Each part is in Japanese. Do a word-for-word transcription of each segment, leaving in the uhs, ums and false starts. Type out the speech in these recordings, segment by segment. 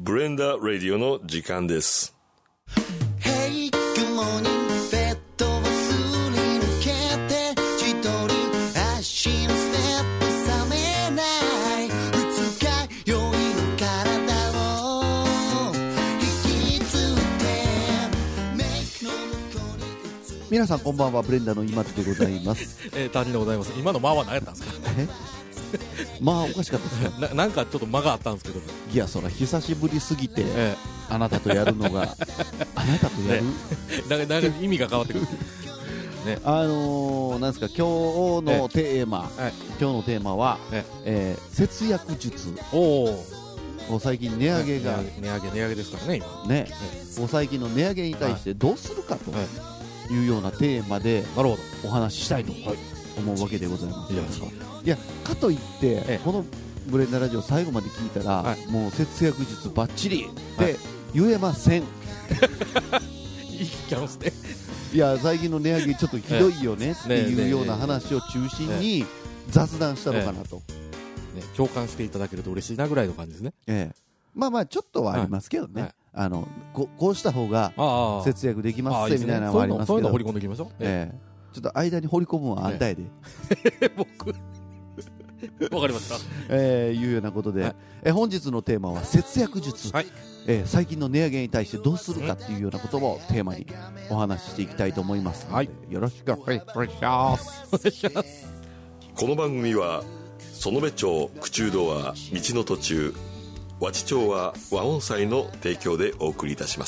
ブレンダーラディオの時間です。 Hey, good morning ベッドをすり抜けて一人足のステップ冷めない二日酔いの体を引きつってメイクの向こうに映る。 皆さんこんばんは、ブレンダーの今津でございます。 えー、担任でございます。今の間は何やったんですか？ えまあおかしかったですね。 な, なんかちょっと間があったんですけど、 いやそら久しぶりすぎて、 えあなたとやるのがあなたとやる、 ね、なんかなんか意味が変わってくる、ね、 あのー、なんですか今日のテーマ、 え今日のテーマは、 ええー、節約術。 おお、 こう最近値上げが、 値上げ値上げですからね今ね、こう最近の値上げに対してどうするかというようなテーマでなるほどお話ししたいと思うわけでございます。いいじゃないですか。いやかといって、 ええ、 このブレンダーラジオ最後まで聞いたら、はい、もう節約術バッチリで、はい、言えません。 いいキャンスね。 いや最近の値上げちょっとひどいよねっていうような話を中心に雑談したのかなと、 ね、共感していただけると嬉しいなぐらいの感じですね、 ええ、まあまあちょっとはありますけどね、はい、あの こ, こうした方が節約できますみたいなのはありますけど、 そういうの掘り込んでいきましょう、 ええ、ちょっと間に掘り込むのはあんたやで、 ええ、僕わかりました、 えー、いうようなことで、はい、え本日のテーマは節約術、はい、えー、最近の値上げに対してどうするかっていうようなことをテーマにお話ししていきたいと思いますので、はい、よろしくお願いします。 この番組は園部町口中堂は道の途中、和知町は和音祭の提供でお送りいたします。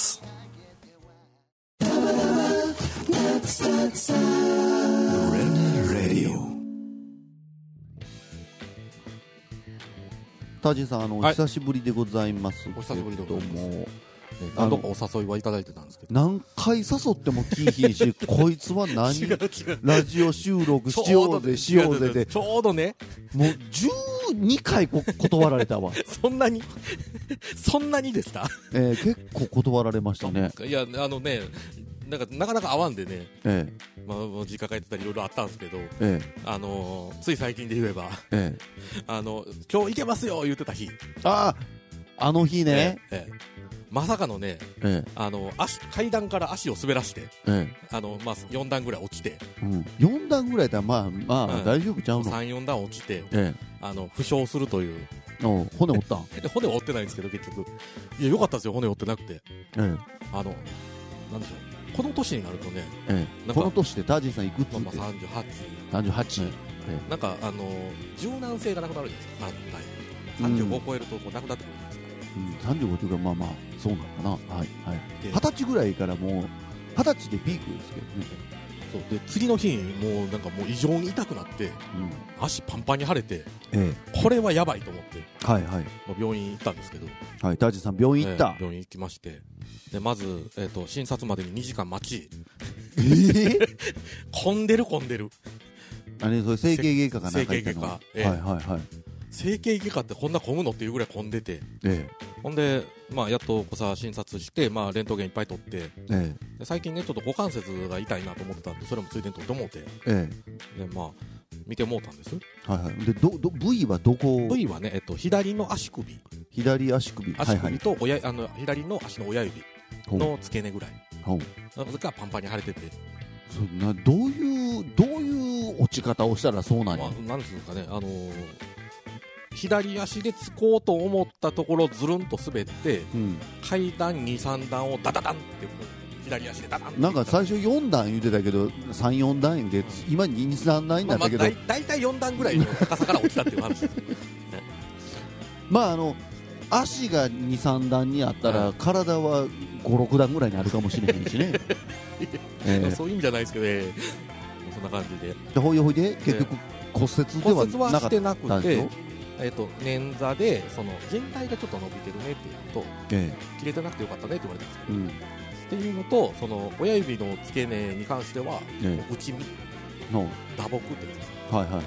タジさん、あの、はい、久しぶりでございますけども、 お久しぶりでございます、ね、何度かお誘いはいただいてたんですけど、 何回誘っても聞いひんしこいつは何違う違うラジオ収録しようぜしようぜでちょうどねもうじゅうにかいこ断られたわ。 そんなにそんなにでした、 えー、結構断られましたね。 いやあのねなんかなかなか合わんでね、 ええ、 まあ、実家帰ってたりいろいろあったんですけど、 ええ、 あのー、つい最近で言えば、 ええ、 あの今日行けますよ言ってた日、 あああの日ね、 ええええ、まさかのね、 ええ、 あの足階段から足を滑らして、 ええ、 あのまあ、よん段ぐらい落ちて、 うん、よん段ぐらいだまあまあ、うん、大丈夫ちゃうの。 さん、よん段落ちて、 ええ、 あの負傷するという。 お骨折ったん骨折ってないんですけど結局いや良かったですよ、骨折ってなくて、 ええ、 あのなんでしょう、この年になるとね、 ええ、この年でタージンさんいくつって、 まあ、まあさんじゅうはち、 さんじゅうはち、 ね、ええ、なんかあの柔軟性がなくなるじゃないですか、体のタイプ、さんじゅうごを超えるとこうなくなってくるじゃないですか、 うん、さんじゅうごというかまあまあそうなのかな、はいはい、はたちぐらいからもうはたちでピークですけどね。 そうで次の日にもうなんかもう異常に痛くなって、うん、足パンパンに腫れて、 ええ、 これはやばいと思って、 はいはい、 まあ、病院行ったんですけど、 はい、タージさん病院行った、 えー、病院行きまして、でまず、えー、と診察までににじかん待ち、 えー、 混んでる混んでる、 あれそれ整形外科かなんか行ったの。 整形外科、えー、 はいはいはい、 整形外科ってこんな混むのっていうぐらい混んでて、 ええ、 ほんで、まあ、やっとこさ診察して、まあ、レントゲンいっぱい取って、 ええ、 で最近ねちょっと股関節が痛いなと思ってたんでそれもついでに取ってもうて、 ええ、でまあ見てもうたんです。 はいはい、でどど部位はどこ？ 部位はね、えっと、左の足首左足首足首と親、はいはい、あの左の足の親指の付け根ぐらいがパンパンに腫れてて、 そなどういうどういう落ち方をしたらそうなんや、 まあ、なんですかね、あのー、左足でつこうと思ったところずるんと滑って、うん、階段に、さん段をダダダンって左足でダダンってなんか最初よん段言うてたけどさん、よん段言うて、うん、今に、さん段になったけど、まあまあ、 だいたいよん段ぐらいの高さから落ちたっていう話です、ね、 まああの足がに、さん段にあったら、はい、体はご、ろく段ぐらいにあるかもしれへんしねえー、そういうんじゃないですけど、ね、そんな感じででほいほいで結局骨折ではなかったんでしょ。 骨折はしてなくて、えー、と捻挫でその靭帯がちょっと伸びてるねっていうのと、ええ、切れてなくてよかったねって言われたんですけど、うん、っていうのとその親指の付け根に関しては、ええ、内身の打撲ってやつです、 はいはいはい、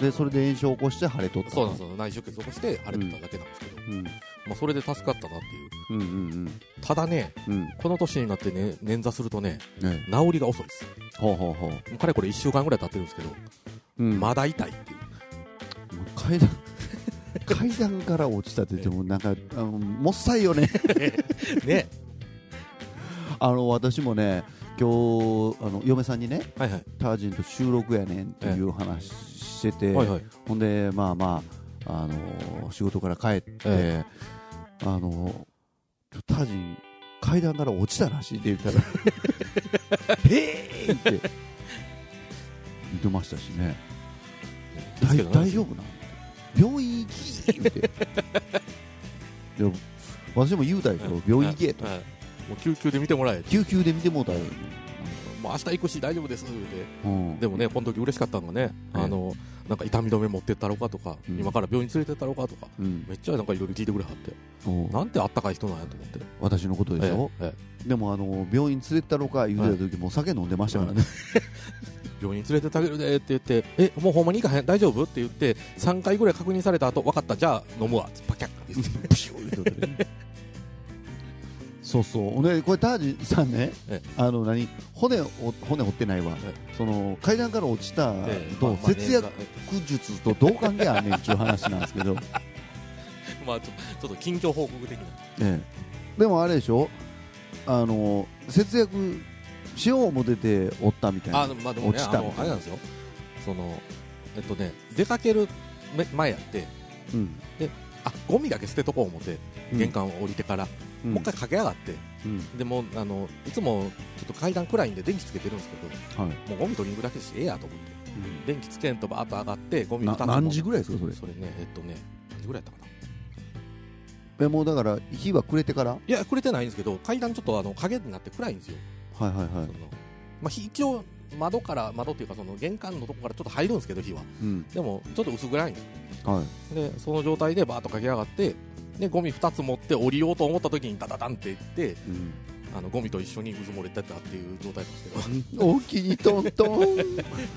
でそれで炎症を起こして腫れとった。 そうなんですよ、内出血を起こして腫れてただけなんですけど、うんうん、まあ、それで助かったなっていう、うんうんうん、ただね、うん、この年になってね捻挫するとね、ね、治りが遅いです。ほうほうほう、かれこれいっしゅうかんぐらい経ってるんですけど、うん、まだ痛いっていう。 階段階段から落ちたって言ってもなんかあのもっさいよねねあの私もね今日あの嫁さんにね、 はいはい、 タージンと収録やねんっていう話してて、 はいはい、 ほんでまあまあ、あのー、仕事から帰って、ええ、あのー、タージン階段から落ちたらしいって言ったらへーって言ってましたしね大, 大丈夫な病院行きって私も言うたでしょ病院行けと、 はいはい、もう救急で見てもらえ救急で見てもらえるもう明日行くし大丈夫ですって、 うん、 でもねこの時嬉しかったのがね、あのなんか痛み止め持ってったろうかとか、うん、今から病院連れてったろうかとか、うん、めっちゃなんかいろいろ聞いてくれはってなんてあったかい人なんやと思って私のことでしょ、ええ、でもあの病院連れてったろうか言うてた時、はい、もう酒飲んでましたからね病院連れてってあげるでって言ってえもうほんまに行かへん大丈夫って言ってさんかいぐらい確認された後分かったじゃあ飲むわパキャッって言ってプシュー言うてねそうそうでこれタージさんね、ええ、あの何 骨, 骨折ってないわ、ええ、その階段から落ちたと、ええまあ、節約術とどう関係あんねんっていう話なんですけどまあちょっと近況報告的な、 ええ、でもあれでしょあの節約しようも出て折ったみたいなあ、まあ、でもね、落ちたみたいなあのあれなんですよそのえっとね出かける前やって、うん、であゴミだけ捨てとこう思って玄関を降りてから、うん、もう一回駆け上がって、うん、でもあのいつもちょっと階段暗いんで電気つけてるんですけど、はい、もうゴミ取りに行くだけしええやと思って、うん、電気つけんとバーッと上がってゴミふたつも何時ぐらいですかそれそれねえっとね何時ぐらいやったかなえもうだから日は暮れてからいや暮れてないんですけど階段ちょっとあの影になって暗いんですよはいはいはいまあ、一応窓から窓っていうかその玄関のとこからちょっと入るんですけど火は、うん、でもちょっと薄暗いんです、はい、でその状態でバーッと駆け上がってでゴミふたつ持って降りようと思った時にダダダンっていって、うん、あのゴミと一緒にうず漏れてたっていう状態なんですけど大きにトントン違う人と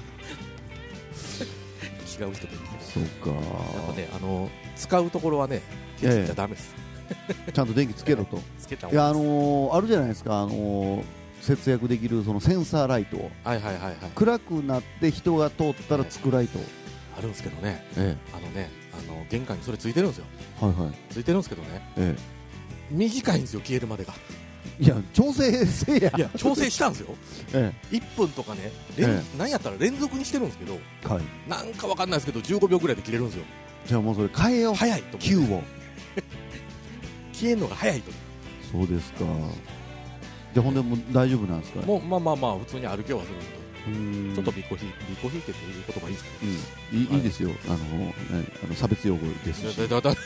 そうかやっぱねあの使うところはね消しちゃダメです、 ええ、ちゃんと電気つけろとつけたいやあのー、あるじゃないですかあのー節約できるそのセンサーライト、 はいはいはいはい、 暗くなって人が通ったらつくライト、はい、 あるんですけどね、ええ、あのねあの玄関にそれついてるんですよ、 はいはい、 ついてるんですけどね、ええ、短いんですよ消えるまでがいや調整せやいや調整したんですよ、ええ、いっぷんとかね、ええ、何やったら連続にしてるんですけど、はい、なんかわかんないですけどじゅうごびょうぐらいで切れるんですよじゃあもうそれ変えよう早いと Q を消えるのが早いとそうですかじゃあほんでも大丈夫なんですかもうまあまあまあ普通に歩けはするんでちょっとビコヒビコヒってっていう言葉いいですか、 うん、いい、いいですよあの、ね、あの差別用語ですし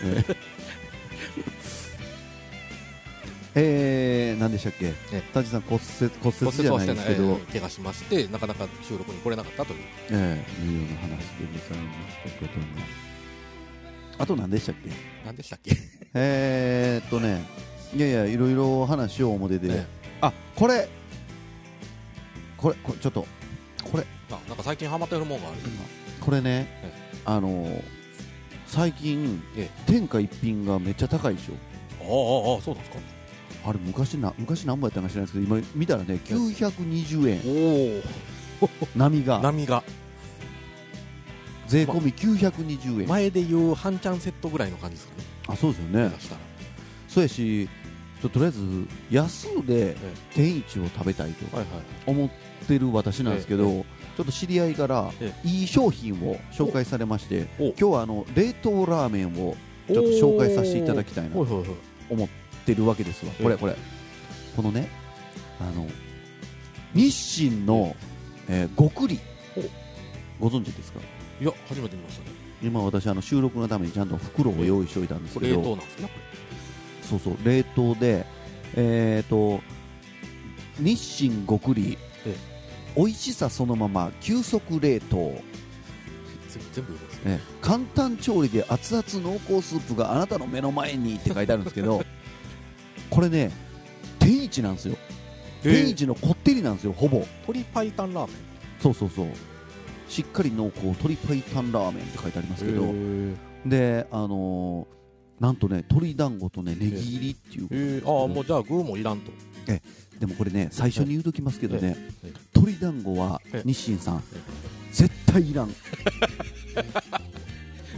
えー、何でしたっけタジさん骨折骨折じゃないですけど、えー、 怪我しましてなかなか収録に来れなかったという、 えー、いうような話でございましたけどもあと何でしたっけ何でしたっけえーっとねいやいやいろいろ話しよう思てで、ええ、あこれこれこれちょっとこれあなんか最近ハマってるもんがあるとかこれね、ええ、あのー、最近、ええ、天下一品がめっちゃ高いでしょああああそうなんですかあれ昔な昔何本やったか知らないですけど今見たらねきゅうひゃくにじゅうえんお波が波が税込みきゅうひゃくにじゅうえん、 ま、前でいう半チャンセットぐらいの感じですかねあそうですよねそうやしちょとりあえず安うで天一を食べたいと思ってる私なんですけど、ちょっと知り合いからいい商品を紹介されまして、今日はあの冷凍ラーメンをちょっと紹介させていただきたいなと思ってるわけですわ。これこれこのねあの日清の、えー、極利ご存知ですか？ いや初めて見ましたね。 今私あの収録のためにちゃんと袋を用意しておいたんですけど、 冷凍なんですねこれ。 そうそう冷凍で、えー、と日清極利、ええ、美味しさそのまま急速冷凍全部ですね、簡単調理で熱々濃厚スープがあなたの目の前にって書いてあるんですけどこれね天一なんですよ、えー、天一のこってりなんですよほぼ鶏白湯ラーメンそうそうそうしっかり濃厚鶏白湯ラーメンって書いてありますけど、えー、であのーなんとね鶏団子とねネギ入りっていう、 えー、ああもうじゃあ具もいらんとえでもこれね最初に言うときますけどね、えーえー、鶏団子は日清さん絶対いらん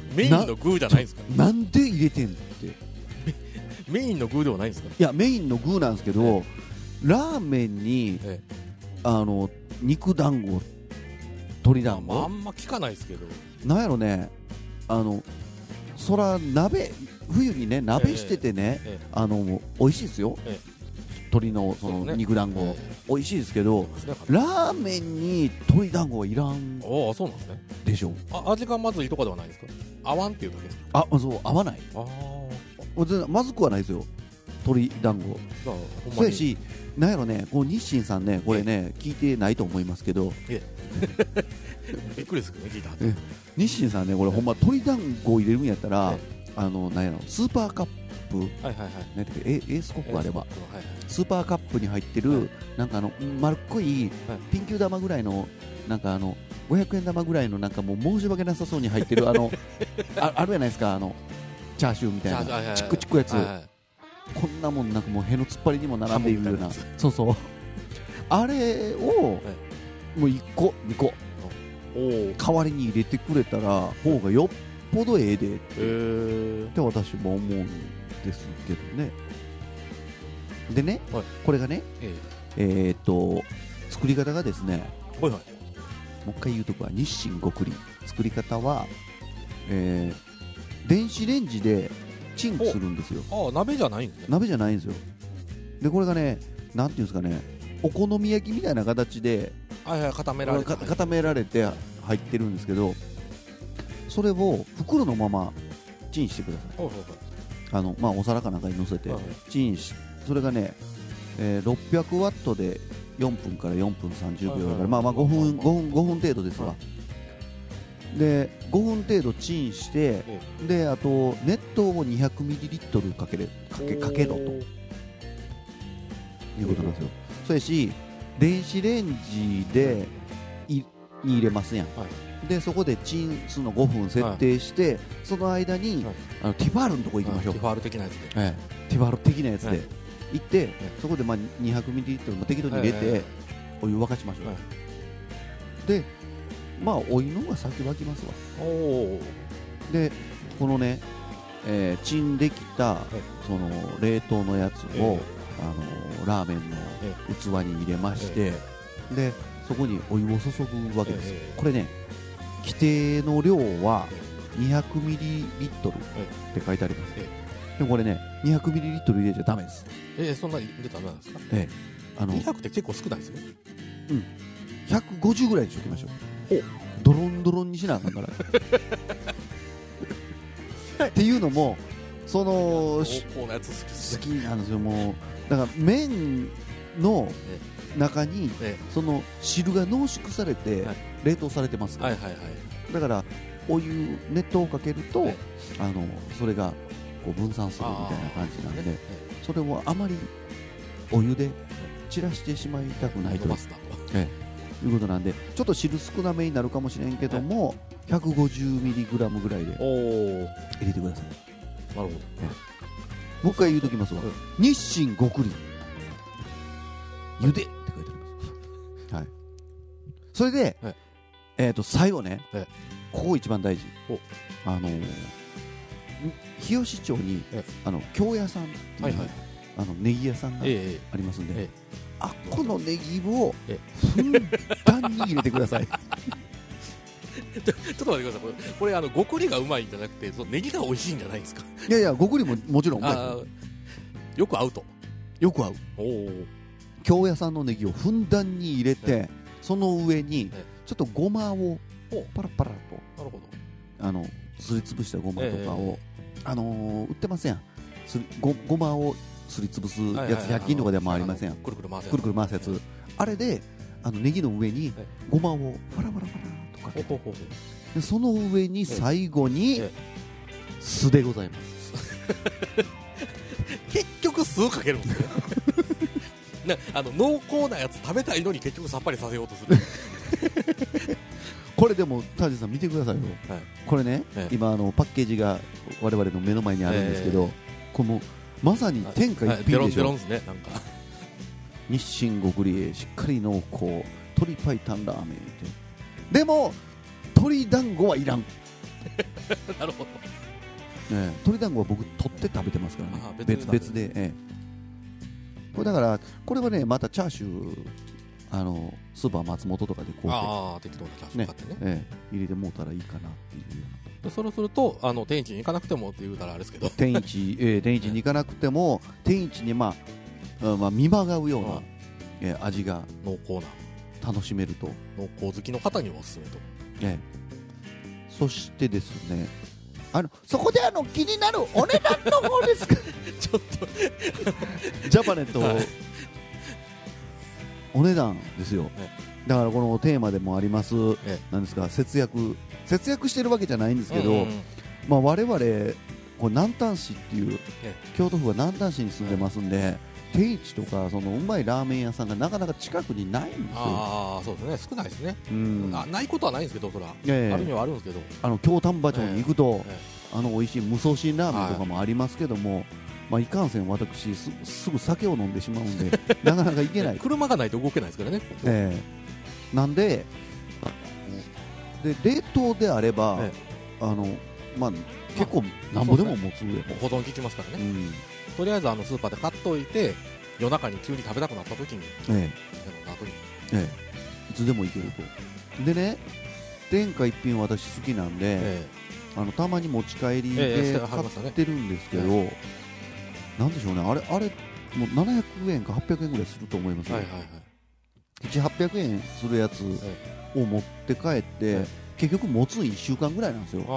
メインの具じゃないんですか。 なんで入れてんってメインの具ではないんですか。 いやメインの具なんですけど、ええ、ラーメンに、ええ、あの肉団子鶏団子、 まあ、あんま聞かないですけど、 なんやろね、あのそら鍋冬にね鍋しててね、ええええ、あの美味しいですよ、ええ、鶏のその肉団子、ね、美味しいですけど、ラーメンに鶏団子はいらん。 ああ、そうなんですね。 でしょ。 あ、味がまずいとかではないですか。合わんっていうだけですか。 あ、そう、合わない。ああ、まずくはないですよ、鶏団子。そうやし、なんやろね、こう日清さんね、これね聞いてないと思いますけど、ええびっくりですけどね、聞いた。 日清さんね、これほんま鶏団子を入れるんやったら、あのなんやろ、スーパーカップ、はいはいはい、エースコップあれば、はいはい、スーパーカップに入ってる、はい、なんかあの丸っこい、はい、ピンキュー玉ぐらいの、なんかあのごひゃくえん玉ぐらいの、なんかもう申し訳なさそうに入ってるあの あ, あるじゃないですか、あのチャーシューみたいな、はいはい、チックチックやつ、はいはい、こんなもんなんかもうへの突っ張りにも並んでいるような、そうそう、あれを、はい、もういっこにこ代わりに入れてくれたら方がよっぽどええでって、えー、って私も思うんですけどね。でね、はい、これがね、えー、えー、っと作り方がですね、はいはい、もう一回言うとこは日清極輪、作り方は、えー、電子レンジでチンするんですよ。 ああ、鍋じゃないんですね。 鍋じゃないんですよ。でこれがね、なんていうんですかね、お好み焼きみたいな形で、はいはい、固められて固められて入ってるんですけど、それを袋のままチンしてください。はいはいはい、あのまあ、お皿かなんかに乗せてチンし、それがね、えー、ろっぴゃくワットでよんぷんからよんぷんさんじゅうびょうだから、まあまあごふんごふんごふん程度ですわ。でごふん程度チンして、であと熱湯を にひゃくミリリットル かけれかけかけろということなんですよ。そうやし、電子レンジでいに入れますやん、はい、でそこでチンするのごふん設定して、はい、その間に、はい、あのティファールのとこ行きましょう、 ティファール的なやつで、 ええ、ティファール的なやつで、はい、行って、はい、そこでまあにひゃくミリリットルも適当に入れて、はい、お湯沸かしましょう、はい、でまあお湯の方が先沸きますわ。おでこのね、えー、チンできた、はい、その冷凍のやつを、えー、あのラーメンの器に入れまして、えー、でそこにお湯を注ぐわけです、えー、これね規定の量はにひゃくミリリットルって書いてあります、えー、でもこれねにひゃくミリリットル入れちゃダメです。 えー、そんなに入れたらダメなんですか。えー、あのにひゃくって結構少ないですね。 うん、ひゃくごじゅうぐらいにしておきましょう。ドロンドロンにしなあかんからっていうのも、その濃厚なやつ好きなんですよ。もうだから麺の中にその汁が濃縮されて冷凍されてますから、だからお湯熱湯をかけると、あのそれがこう分散するみたいな感じなんで、それをあまりお湯で散らしてしまいたくないということなんで、ちょっと汁少なめになるかもしれんけども、ひゃくごじゅうミリグラム ぐらいで入れてください。なるほど、ね、もう一回言うときますわ、うん、日清極輪ゆでって書いてあります、はい、それで、はい、えー、と最後ね、はい、ここ一番大事、あのー、日吉町に、はい、あの京屋さんっていう、はいはい、あのネギ屋さんがありますんで、ええええ、あこのネギをふんだんに入れてくださいちょ, ちょっと待ってください、これ、これあの極利がうまいんじゃなくて、そのネギが美味しいんじゃないですか。 いやいや、極利ももちろんうまい、よく合うと、 よく合う。お京屋さんのネギをふんだんに入れて、はい、その上にちょっとごまをパラパラと、なるほど、あのすりつぶしたごまとかを、えー、あのー、売ってません、ご, ごまをすりつぶすやつひゃく均とかでもありません、くるくる回すやつ、くるくる回すやつ、あれであのネギの上にごまをパラパラパラとかけて、でその上に最後に酢でございます結局酢をかけるんですねなあの濃厚なやつ食べたいのに結局さっぱりさせようとするこれでもタージさん見てくださいよ、はい、これね、はい、今あのパッケージが我々の目の前にあるんですけど、えー、このまさに天下一品でしょ、はい、デロンデロンですね、なんか日清極利しっかり濃厚鶏白湯ラーメンって、でも鶏団子はいらんなるほど、 ね、鶏団子は僕取って食べてますからね、別々で、ええ、これだからこれはねまたチャーシューあのスーパー松本とかでこうてああ適当なチャーシュー買ってね、 ええ、入れてもうたらいいかなっていうような。 そうするとあの天一に行かなくてもって言うたらあれですけど天一、えー、天一に行かなくても天一にまあ、まあ、見まがうような、うんえー、味が濃厚な楽しめると濃厚好きの方にはおすすめと、 えー、そしてですねあのそこであの気になるお値段の方ですかちょっとジャパネット、はい、お値段ですよ、ええ、だからこのテーマでもあります、ええ、なんですか節約節約してるわけじゃないんですけど、うんうんまあ、我々こう南丹市っていう、ええ、京都府は南丹市に住んでますんで、ええ、天一とかそのうまいラーメン屋さんがなかなか近くにないんですよ。 ああそうですね少ないですね、うん、あないことはないんですけどそら、 ええ、 あるにはあるんですけどあの京丹波町に行くと、えええ、あの美味しい無双辛ラーメンとかもありますけども、はいまあ、いかんせん私 す, すぐ酒を飲んでしまうんでなかなか行けない車がないと動けないですからね、 えー、なんでで冷凍であれば、ええあのまあ、結構なんぼでも持つ上、 ね、保存効きますからね、うん、とりあえずあのスーパーで買っといて夜中に急に食べたくなった時に、ええ後にええ、いつでもいけるとでね天下一品私好きなんで、ええ、あのたまに持ち帰りで買ってるんですけど、ええええ、なんでしょうねあれあれもうななひゃくえんかはっぴゃくえんぐらいすると思いますよ、はいはいはい、ななひゃくはっぴゃくえんするやつを持って帰って、ええ、結局持つのいっしゅうかんぐらいなんですよ。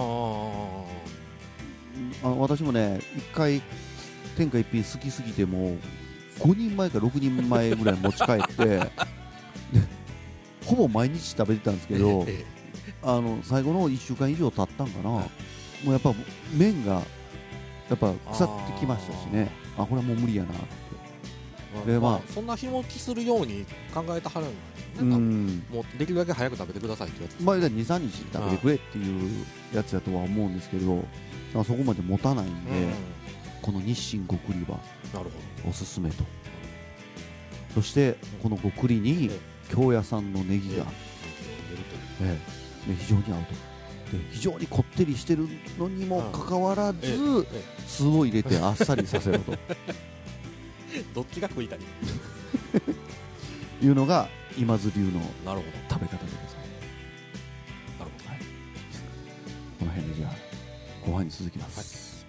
ああ私もねいっかい天下一品好きすぎてもごにんまえかろくにんまえぐらい持ち帰ってほぼ毎日食べてたんですけどあの最後のいっしゅうかん以上経ったんかな、もうやっぱ麺がやっぱ腐ってきましたしね、あこれはもう無理やなって、 でまあ、そんな日持ちするように考えたはるんですね、うんもうできるだけ早く食べてくださいってやつ、 まあ、にさんにち食べてくれっていうやつだとは思うんですけど、そこまで持たないんで、うん、この日清極栗はおすすめと。そしてこの極栗に京屋さんのネギが、ええ、非常に合うと。で非常にこってりしてるのにもかかわらず酢を入れてあっさりさせろとどっちが食いたいいうのが今津流のなるほど食べ方でございます。なるほど、はい、この辺でじゃあ後半に続きます、はい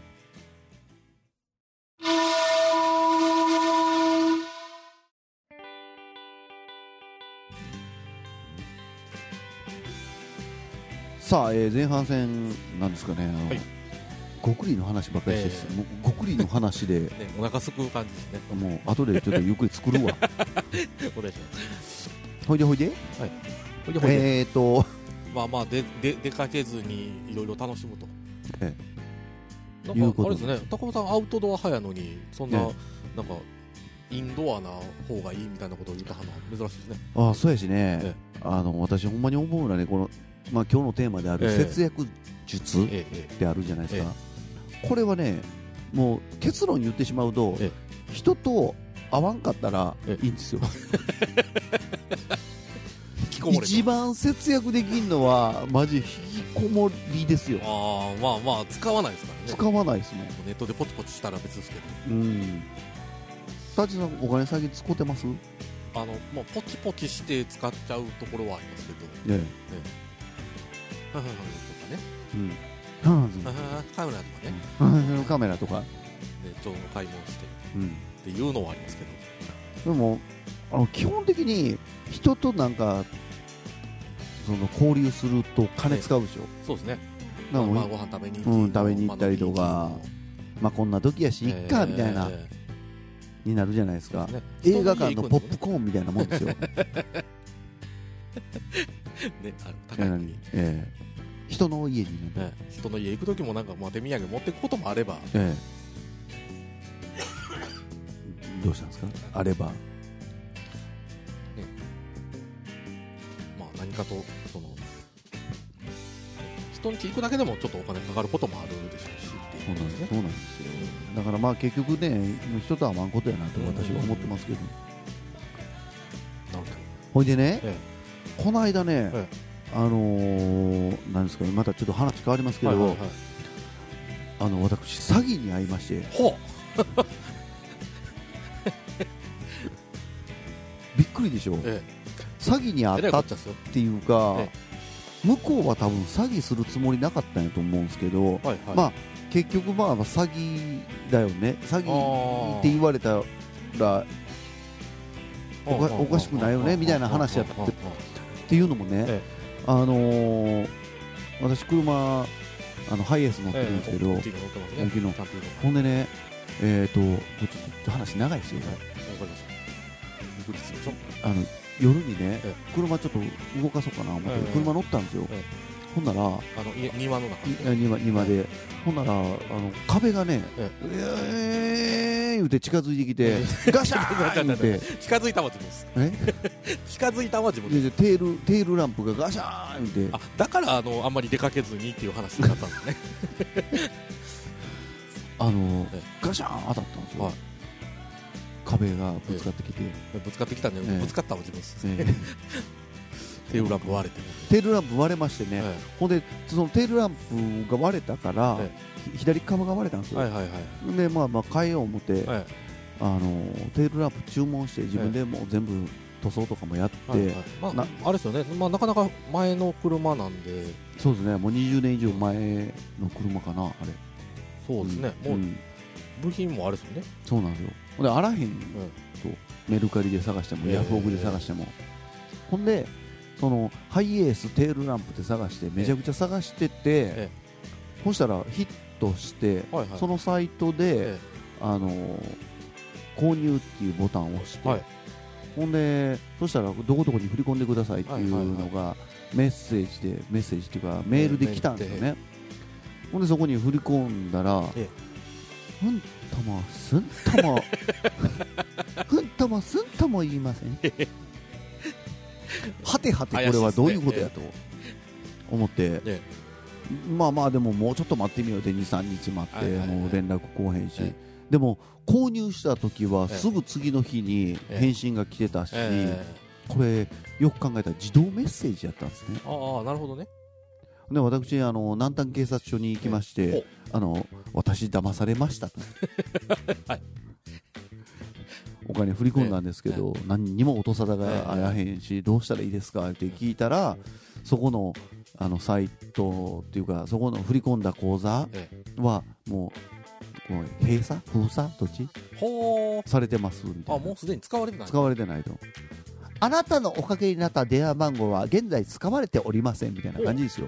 さあ、えー、前半戦なんですかね、あの、はい、極栗の話ばっかりして、えー、もう極栗の話で、 ね、お腹すく感じですね。 もう後でちょっとゆっくり作るわ。 お願いします。 ほいでほいで、はい、 ほいでほいでえーとまあまあでで出かけずにいろいろ楽しむと。 えー、なんかあれですね、高尾さんアウトドア派やのにそんな、えー、なんかインドアな方がいいみたいなことを言ったはな珍しいですね。 ああそうやしね、えー、あの私ほんまに思うのはねこの。まあ、今日のテーマである節約術ってあるじゃないですか、えええ、これはねもう結論言ってしまうと、人と会わんかったらいいんですよ。一番節約できるのはマジ引きこもりですよ。 あまあまあ使わないですからね。 使わないですね。 ネットでポチポチしたら別ですけど。 うんタチさんお金最近使ってます？ あの、まあ、ポチポチして使っちゃうところはありますけど、ねねとかね、うん、カメラとかね、カメラとか、 でちょうど買い物して、うん、っていうのはありますけど、でもあの基本的に人となんかその交流すると金使うでしょ。ね、 そうですね。なんかまあご飯食べに行ったり、 うん、食べに行ったりとか、まあこんな時やしいっかみたいな、えー、になるじゃないですか。ね、映画館のポップコーンみたいなもんですよ。ね、 あの高いのに、 えー、人の家にね、 ね人の家行く時もなんか、まあ、手土産持っていくこともあれば、 えー、どうしたんですかあれば、ね、 まあ何かとその人に行くだけでもちょっとお金かかることもあるでしょうしっていう、ね、 そうなんですよ。だからまあ結局ね人とは会わんことやなと私は思ってますけど、なるほど。ほいでね、ええこの間ね、ええ、 あのー、なんですかね、またちょっと話変わりますけど、はいはいはい、あの私詐欺に遭いまして、 ほうびっくりでしょ、ええ、詐欺に遭ったっていうか、ええ、向こうは多分詐欺するつもりなかったんやと思うんですけど、はいはい、まあ結局まあ詐欺だよね、詐欺って言われたらおか、おかしくないよねみたいな話やったっていうのもね、ええ、あのー、私車あのハイエース乗ってるんですけど、ええ、大きいのほんでね、えーとちょっと話長いですよ、はい、あの夜にね、ええ、車ちょっと動かそうかな思って、ええ、車乗ったんですよ、ええ、ほんならあの庭の中で 庭, 庭で、ええ、ほんならあの壁がね、えええー、言うて近づいてきて、ええ、ガシャーン言うて近づいたのは自分ですえ近づいたのは自分です。 テールテールランプがガシャーン言うて、 あだからあのあんまり出かけずにっていう話になったんですねあの、ええ、ガシャーン当たったんですよ、はい、壁がぶつかってきて、 えぶつかってきたんで、えぶつかったのは自分です、えテールランプ割れてる、 テールランプ割れましてね、えほんでそのテールランプが割れたから、え左側が割れたんですよ、はいはいはい、でまあまあ変えよう思って、えあのテールランプ注文して自分でもう全部塗装とかもやって、はいはい、まあ、 なあれですよね、まあ、なかなか前の車なんで、 そうですね、もうにじゅうねん以上前の車かな、あれそうですね、うん、もう、うん、部品もあれですよね、 そうなんですよ、であらへんと、メルカリで探しても、ヤフオクで探しても、ほんでそのハイエーステールランプで探してめちゃくちゃ探してて、そしたらヒットして、はいはい、そのサイトで、あの購入っていうボタンを押して、はい、ほんでそしたらどこどこに振り込んでくださいっていうのがメッセージでメッセージっていうかメールで来たんですよね。ほんでそこに振り込んだら、ええ、ふんともすんともふんともすんとも言いませんはてはてこれはどういうことやと思って、ええ、まあまあでももうちょっと待ってみようで にさんにち待って、はいはいはい、もう連絡来おへんし、ええ、でも購入した時はすぐ次の日に返信が来てたし、ええ、これよく考えたら自動メッセージやったんですね。 ああなるほどね。 で私あの南丹警察署に行きまして、えあの私騙されましたと、はい、お金振り込んだんですけど、え何にも音沙汰があらへんし、えどうしたらいいですかって聞いたら、そこのあのサイトっていうかそこの振り込んだ口座はもう、もう閉鎖封鎖どっちほされてますみたいな。 あもうすでに使われてない使われてないと。あなたのおかけになった電話番号は現在使われておりませんみたいな感じですよ。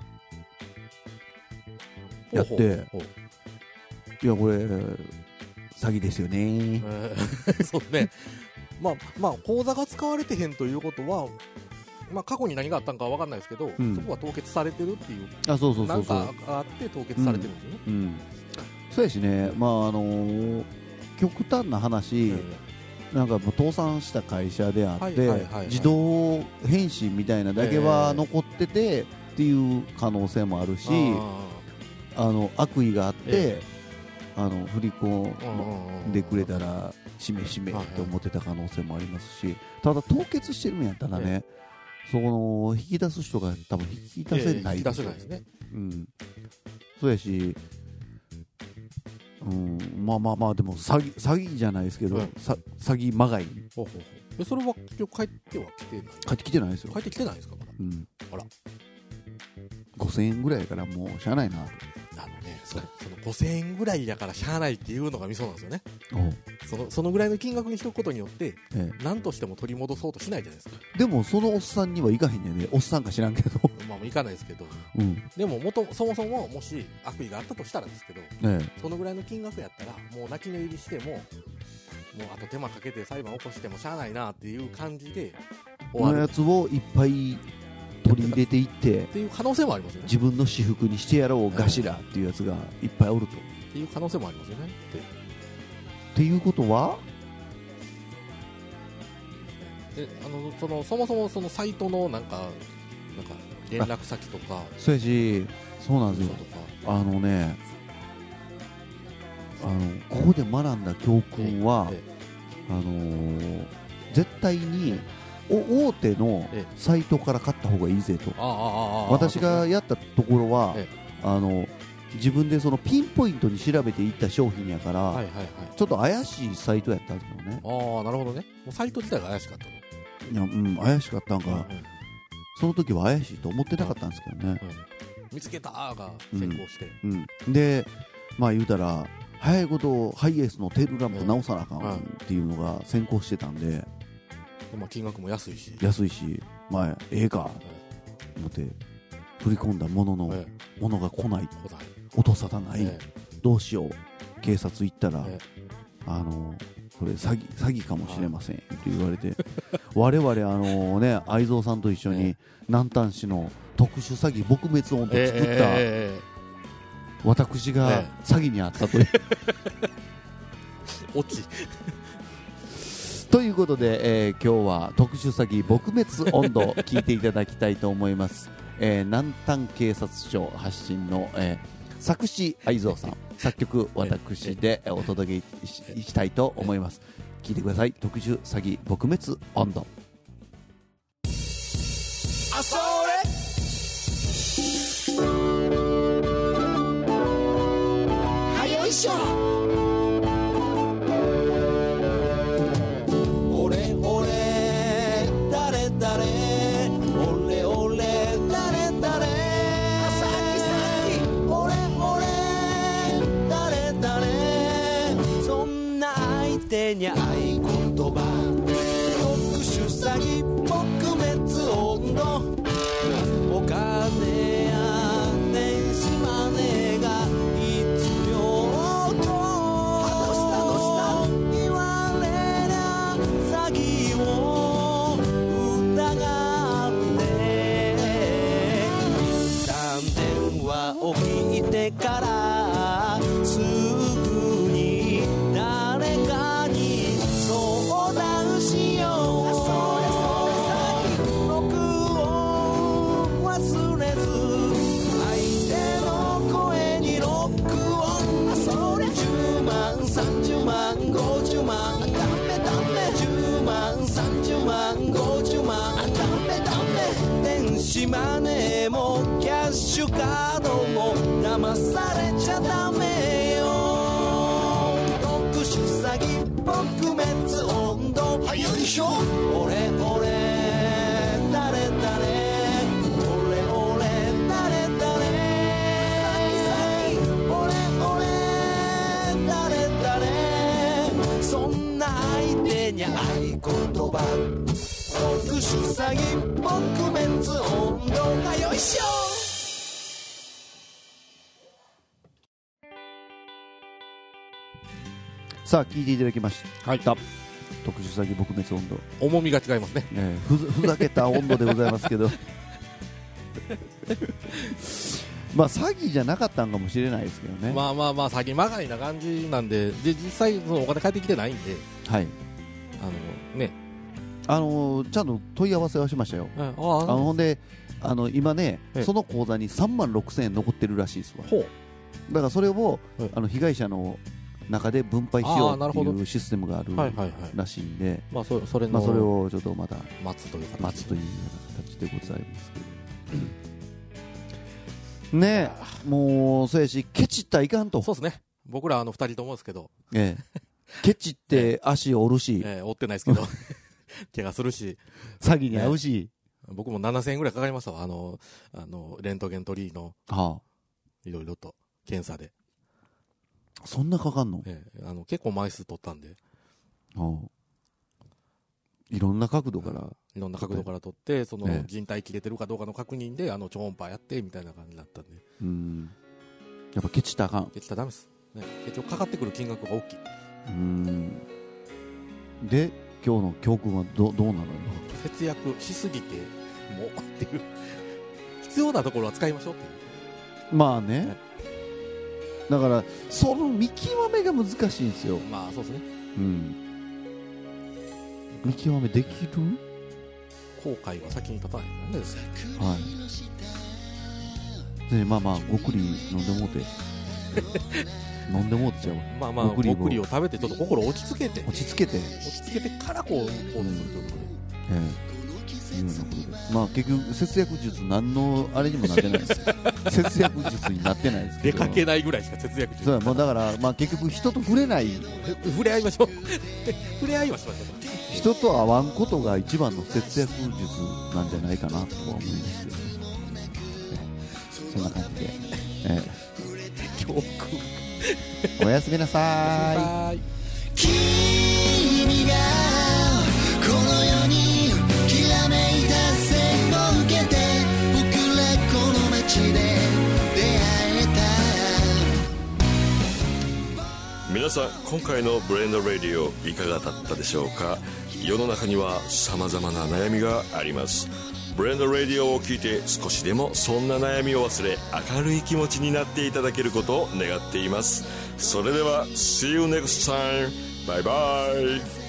やっていやこれ詐欺ですよね、 えー、そうねまあまあ口座が使われてへんということは、まあ、過去に何があったのかは分かんないですけど、うん、そこは凍結されてるっていう、 あそうそうそうそう、 なんかあって凍結されてるんですよね、うんうん、 そうやしね、まああのー、極端な話、うんなんかもう倒産した会社であって、自動返信みたいなだけは残っててっていう可能性もあるし、あの悪意があって、あの振り込んでくれたらしめしめって思ってた可能性もありますし、ただ凍結してるんやったらね、その引き出す人が多分引き出せないですよね。うん、そうやし。うん、まあまあまあでも詐欺、詐欺じゃないですけど、うん、詐欺まがいほうほうほう。それは結局帰っては来てない？ 帰ってきてないですよ。 帰ってきてないですかまだ、うん、あらごせんえんぐらいからもうしゃあないなと。 あのね、そ, そのごせんえんぐらいだからしゃあないっていうのがミソなんですよね。そのそのぐらいの金額にしとくことによって、ええ、何としても取り戻そうとしないじゃないですか。 でもそのおっさんにはいかへんねんね。おっさんか知らんけどまあいかないですけど、うん、でももとそもそももし悪意があったとしたらですけど、ええ、そのぐらいの金額やったらもう泣き寝入りしてももうあと手間かけて裁判起こしてもしゃあないなっていう感じで終わるのやつをいっぱい取り入れていってっていう可能性もありますよね。 自分の私服にしてやろうガシラっていうやつがいっぱいおると、 っていう可能性もありますよね。ってっていうことはであの そ, のそもそもそのサイトのなんかなんか連絡先とかそうやし、そうなんですよ。あのねあのここで学んだ教訓は、ええええ、あのー、絶対にお大手のサイトから買った方がいいぜと、私がやったところは、あの自分でそのピンポイントに調べていった商品やから、はいはいはい、ちょっと怪しいサイトやったんですよね。 ああ、なるほどね。もうサイト自体が怪しかったの。 いや、うん、怪しかったんか、うんうん、その時は怪しいと思ってなかったんですけどね、うんうん、 見つけたーが先行して、 うんうん、でまあ言うたら早いことハイエースのテールランプ直さなあかんっていうのが先行してたんで、 まあ、金額も安いし安いし、まあええか思って振り込んだものの、ええ、ものが来ない、音沙汰ない、ええ、どうしよう、警察行ったら、ええ、あのこれ詐欺、詐欺かもしれませんって言われて我々あのね愛蔵さんと一緒に南丹市の特殊詐欺撲滅音と作った、ええ、私が詐欺にあったという、ええ、 オチということで、えー、今日は特殊詐欺撲滅音頭聞いていただきたいと思います、えー、南丹警察庁発信の、えー、作詞愛蔵さん、作曲私でお届け し, したいと思います。聞いてください。特殊詐欺撲滅音頭。あ、それはよいしょ、俺俺誰誰俺俺誰誰、さっきさっき俺俺誰誰、そんな相手に合言葉特殊詐欺撲滅音頭、お金や電子マネーが必要と言われりゃ詐欺を疑って一旦電話を聞いてからすぐに誰かに相談しよう、録音忘れず相手の声にロックオン、それじゅうまんさんじゅうまんごじゅうまんダメダメ、じゅうまんさんじゅうまんごじゅうまんダメダメ、電子マネーもキャッシュカードも騙されちゃダメよ、特殊詐欺撲滅音頭、はいよいしょ、俺俺誰誰俺俺誰誰、俺俺誰誰、そんな相手に合言葉特殊詐欺撲滅音頭がよいしょ。さあ聞いていただきました、はい、特殊詐欺撲滅音頭、 重みが違いますね、 えー、ふ, ふざけた温度でございますけどまあ詐欺じゃなかったんかもしれないですけどね、 まあまあまあ詐欺まがいな感じなんで、で実際そのお金返ってきてないんで、 はい、 あのね、 あのちゃんと問い合わせはしましたよ、うん、ああのほんであの今ね、その口座にさんまんろくせんえん残ってるらしいですわ。ほう、だからそれをあの被害者の中で分配しようっていうシステムがあるらしいんで、まあそれの、まあ、それをちょっとまた待つという形待つというような形でございますけどねえ、もうそうやしケチったらいかんと。 そうですね、僕らあのふたりともですけど、 ええ、ケチって足折るし、 ええ、折ってないですけど怪我するし詐欺に遭うし、 ええ、僕もななせんえんぐらいかかりましたわ、あのあのレントゲン取りの、はあ、いろいろと検査で。 そんなかかんの？ ええ、あの結構枚数取ったんで、 はあ、いろんな角度から、 いろんな角度から取って、その人体切れてるかどうかの確認であの超音波やってみたいな感じだったんで、 うん、やっぱケチったらあかん。 ケチったらダメです、ね、結局かかってくる金額が大きい。 うん、で今日の教訓は ど, どうなのよ。 節約しすぎてもうっていう必要なところは使いましょうっていう。 まあね、ね、だからその見極めが難しいんですよ。 まあそうですね、 うん、見極めできる？ 後悔は先に立たないからね。 はい。でまあまあごくり飲んでもうて飲んでもうてちゃう。 まあまあごくりを食べてちょっと心落ち着けて落ち着けて落ち着けてからこう行動するということで、 えいうようなことで、まあ、結局節約術何のあれにもなってないです節約術になってないですけど、 出かけないぐらいしか節約術。 そうもうだから、まあ、結局人と触れない触れ合いましょう触れ合いはしましょう。 人と会わんことが一番の節約術なんじゃないかなとは思いますけど、ね、そんな感じで、えー、教訓おやすみなさい。 君がこの世にきらめいた線を受けて、僕らこの街で出会えた。皆さん、今回のブレンドラディオいかがだったでしょうか。世の中には様々な悩みがあります。ブレンドラディオを聞いて少しでもそんな悩みを忘れ、明るい気持ちになっていただけることを願っています。それでは See you next time. Bye bye.